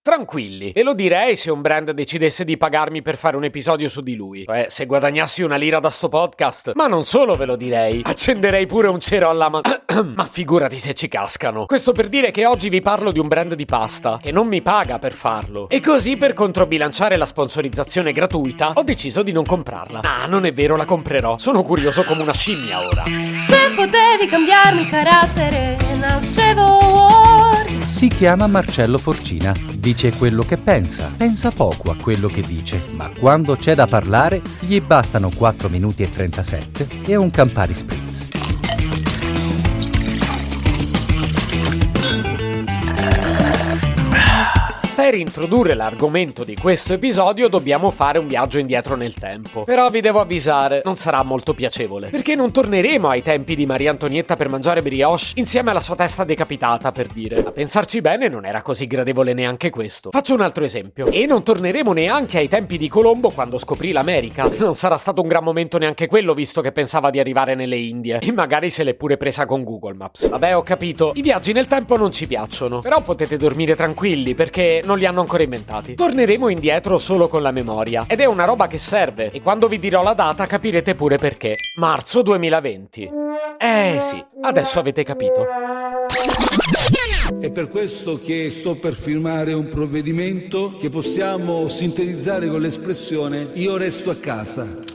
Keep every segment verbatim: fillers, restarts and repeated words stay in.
Tranquilli, ve lo direi se un brand decidesse di pagarmi per fare un episodio su di lui. Cioè, se guadagnassi una lira da sto podcast. Ma non solo ve lo direi, accenderei pure un cero alla ma... ma figurati se ci cascano. Questo per dire che oggi vi parlo di un brand di pasta che non mi paga per farlo. E così, per controbilanciare la sponsorizzazione gratuita, ho deciso di non comprarla. Ah, non è vero, la comprerò. Sono curioso come una scimmia ora. Se potevi cambiarmi il carattere, nascevo Ward. Si chiama Marcello Forcina, dice quello che pensa, pensa poco a quello che dice, ma quando c'è da parlare gli bastano quattro minuti e trentasette e un Campari Spritz. Per introdurre l'argomento di questo episodio dobbiamo fare un viaggio indietro nel tempo. Però vi devo avvisare, non sarà molto piacevole, perché non torneremo ai tempi di Maria Antonietta per mangiare brioche insieme alla sua testa decapitata, per dire. A pensarci bene, non era così gradevole neanche questo. Faccio un altro esempio. E non torneremo neanche ai tempi di Colombo quando scoprì l'America. Non sarà stato un gran momento neanche quello, visto che pensava di arrivare nelle Indie. E magari se l'è pure presa con Google Maps. Vabbè, ho capito. I viaggi nel tempo non ci piacciono. Però potete dormire tranquilli, perché non li hanno ancora inventati. Torneremo indietro solo con la memoria, ed è una roba che serve, e quando vi dirò la data capirete pure perché. Marzo duemilaventi. Eh sì, adesso avete capito. È per questo che sto per firmare un provvedimento che possiamo sintetizzare con l'espressione "io resto a casa".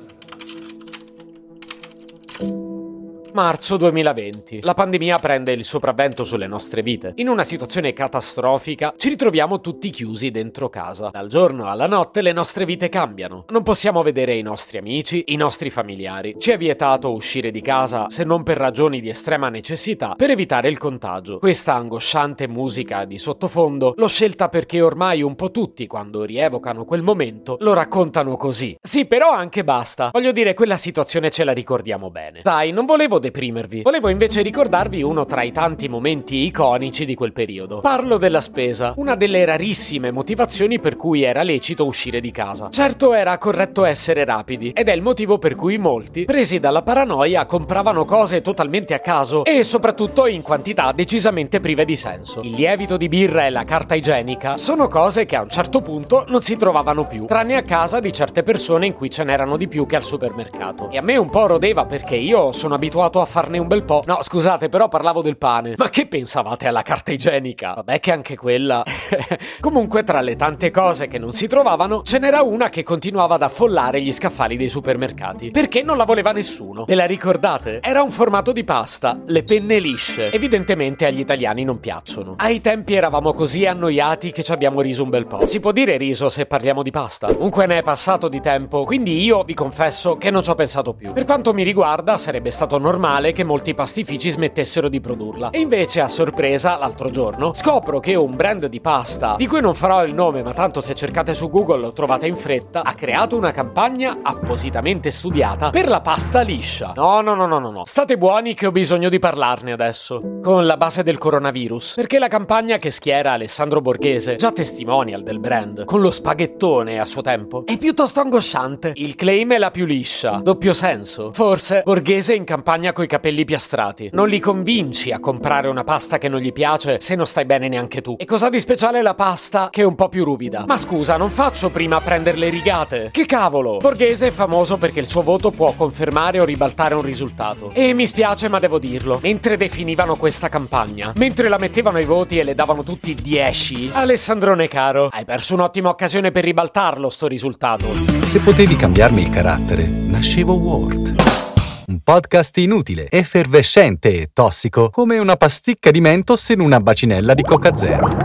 Marzo duemilaventi. La pandemia prende il sopravvento sulle nostre vite. In una situazione catastrofica ci ritroviamo tutti chiusi dentro casa. Dal giorno alla notte le nostre vite cambiano. Non possiamo vedere i nostri amici, i nostri familiari. Ci è vietato uscire di casa se non per ragioni di estrema necessità, per evitare il contagio. Questa angosciante musica di sottofondo l'ho scelta perché ormai un po' tutti, quando rievocano quel momento, lo raccontano così. Sì, però anche basta. Voglio dire, quella situazione ce la ricordiamo bene. Sai, non volevo deprimervi. Volevo invece ricordarvi uno tra i tanti momenti iconici di quel periodo. Parlo della spesa, una delle rarissime motivazioni per cui era lecito uscire di casa. Certo, era corretto essere rapidi, ed è il motivo per cui molti, presi dalla paranoia, compravano cose totalmente a caso e soprattutto in quantità decisamente prive di senso. Il lievito di birra e la carta igienica sono cose che a un certo punto non si trovavano più, tranne a casa di certe persone in cui ce n'erano di più che al supermercato. E a me un po' rodeva, perché io sono abituato a farne un bel po'. No, scusate, però parlavo del pane. Ma che pensavate alla carta igienica? Vabbè che anche quella... Comunque, tra le tante cose che non si trovavano, ce n'era una che continuava ad affollare gli scaffali dei supermercati. Perché non la voleva nessuno? Ve la ricordate? Era un formato di pasta, le penne lisce. Evidentemente agli italiani non piacciono. Ai tempi eravamo così annoiati che ci abbiamo riso un bel po'. Si può dire riso se parliamo di pasta? Comunque ne è passato di tempo, quindi io vi confesso che non ci ho pensato più. Per quanto mi riguarda, sarebbe stato normale che molti pastifici smettessero di produrla. E invece, a sorpresa, l'altro giorno scopro che un brand di pasta, di cui non farò il nome, ma tanto se cercate su Google lo trovate in fretta, ha creato una campagna appositamente studiata per la pasta liscia. No, no, no, no, no, no. State buoni che ho bisogno di parlarne adesso. Con la base del coronavirus. Perché la campagna che schiera Alessandro Borghese, già testimonial del brand, con lo spaghettone a suo tempo, è piuttosto angosciante. Il claim è la più liscia. Doppio senso. Forse Borghese in campagna coi capelli piastrati. Non li convinci a comprare una pasta che non gli piace se non stai bene neanche tu. E cosa di speciale la pasta che è un po' più ruvida? Ma scusa, non faccio prima a prendere le rigate? Che cavolo? Borghese è famoso perché il suo voto può confermare o ribaltare un risultato. E mi spiace, ma devo dirlo. Mentre definivano questa campagna, mentre la mettevano ai voti e le davano tutti dieci, Alessandrone caro, hai perso un'ottima occasione per ribaltarlo sto risultato. Se potevi cambiarmi il carattere, nascevo Ward. Un podcast inutile, effervescente e tossico, come una pasticca di Mentos in una bacinella di Coca Zero.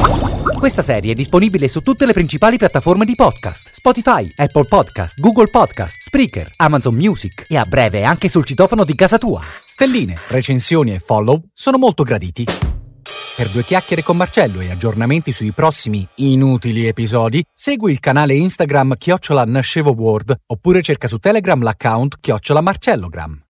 Questa serie è disponibile su tutte le principali piattaforme di podcast: Spotify, Apple Podcast, Google Podcast, Spreaker, Amazon Music e a breve anche sul citofono di casa tua. Stelline, recensioni e follow sono molto graditi. Per due chiacchiere con Marcello e aggiornamenti sui prossimi inutili episodi, segui il canale Instagram chiocciola Nascevo Ward oppure cerca su Telegram l'account chiocciola Marcellogram.